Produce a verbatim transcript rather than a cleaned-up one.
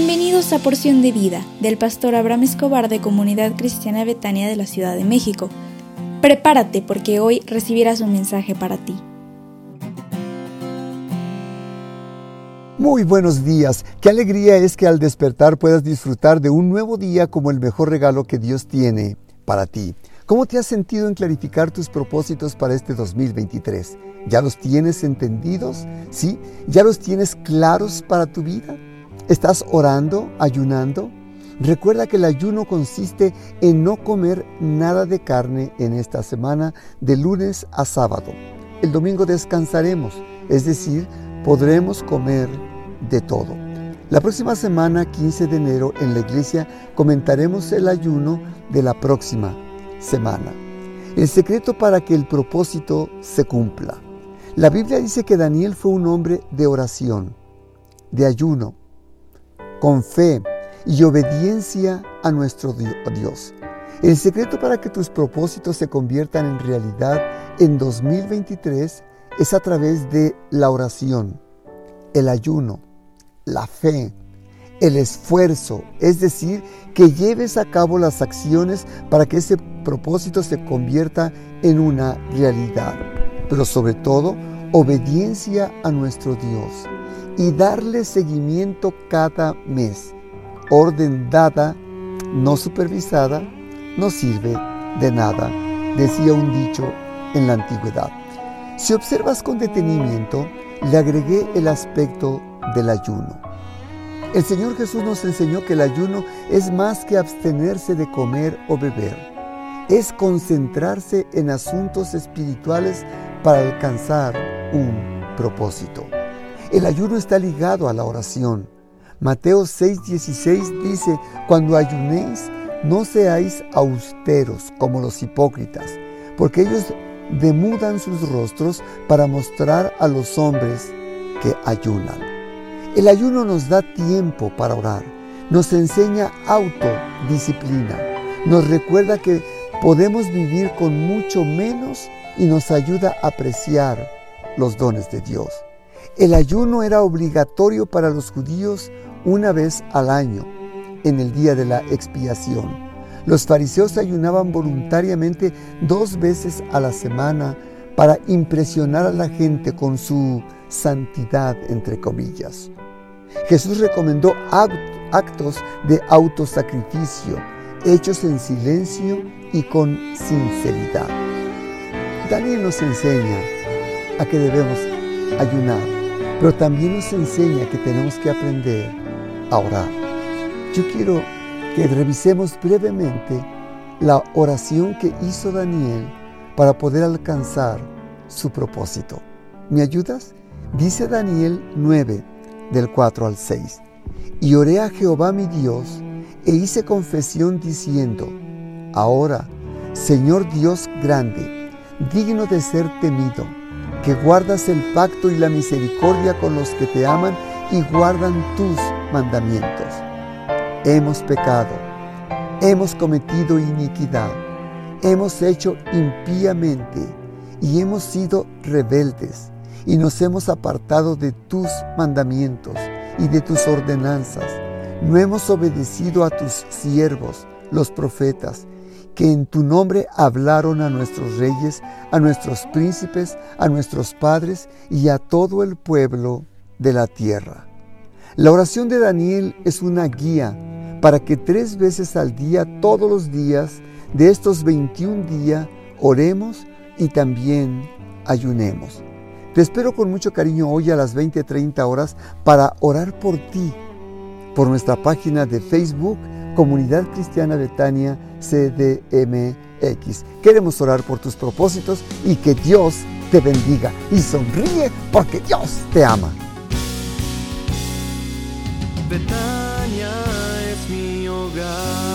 Bienvenidos a Porción de Vida, del pastor Abraham Escobar de Comunidad Cristiana Betania de la Ciudad de México. Prepárate porque hoy recibirás un mensaje para ti. Muy buenos días. Qué alegría es que al despertar puedas disfrutar de un nuevo día como el mejor regalo que Dios tiene para ti. ¿Cómo te has sentido en clarificar tus propósitos para este dos mil veintitrés? ¿Ya los tienes entendidos? ¿Sí? ¿Ya los tienes claros para tu vida? ¿Estás orando, ayunando? Recuerda que el ayuno consiste en no comer nada de carne en esta semana de lunes a sábado. El domingo descansaremos, es decir, podremos comer de todo. La próxima semana, quince de enero, en la iglesia comentaremos el ayuno de la próxima semana. El secreto para que el propósito se cumpla. La Biblia dice que Daniel fue un hombre de oración, de ayuno, con fe y obediencia a nuestro Dios. El secreto para que tus propósitos se conviertan en realidad en dos mil veintitrés es a través de la oración, el ayuno, la fe, el esfuerzo, es decir, que lleves a cabo las acciones para que ese propósito se convierta en una realidad. Pero sobre todo, obediencia a nuestro Dios y darle seguimiento cada mes. Orden dada, no supervisada, no sirve de nada, decía un dicho en la antigüedad. Si observas con detenimiento, le agregué el aspecto del ayuno. El Señor Jesús nos enseñó que el ayuno es más que abstenerse de comer o beber. Es concentrarse en asuntos espirituales para alcanzar un propósito. El ayuno está ligado a la oración. Mateo seis dieciséis dice: cuando ayunéis, no seáis austeros como los hipócritas, porque ellos demudan sus rostros para mostrar a los hombres que ayunan. El ayuno nos da tiempo para orar, nos enseña autodisciplina, nos recuerda que podemos vivir con mucho menos y nos ayuda a apreciar los dones de Dios. El ayuno era obligatorio para los judíos una vez al año, en el día de la expiación. Los fariseos ayunaban voluntariamente dos veces a la semana para impresionar a la gente con su santidad, entre comillas. Jesús recomendó actos de autosacrificio, hechos en silencio y con sinceridad. Daniel nos enseña a que debemos ayunar, pero también nos enseña que tenemos que aprender a orar. Yo quiero que revisemos brevemente la oración que hizo Daniel para poder alcanzar su propósito. ¿Me ayudas? Dice Daniel nueve, del cuatro al seis. Y oré a Jehová mi Dios, e hice confesión diciendo: ahora, Señor Dios grande, digno de ser temido, que guardas el pacto y la misericordia con los que te aman y guardan tus mandamientos. Hemos pecado, hemos cometido iniquidad, hemos hecho impíamente y hemos sido rebeldes y nos hemos apartado de tus mandamientos y de tus ordenanzas. No hemos obedecido a tus siervos, los profetas, que en tu nombre hablaron a nuestros reyes, a nuestros príncipes, a nuestros padres y a todo el pueblo de la tierra. La oración de Daniel es una guía para que tres veces al día, todos los días de estos veintiún días, oremos y también ayunemos. Te espero con mucho cariño hoy a las veinte treinta horas para orar por ti, por nuestra página de Facebook, Comunidad Cristiana Betania C D M X. Queremos orar por tus propósitos y que Dios te bendiga. Y sonríe porque Dios te ama. Betania es mi hogar.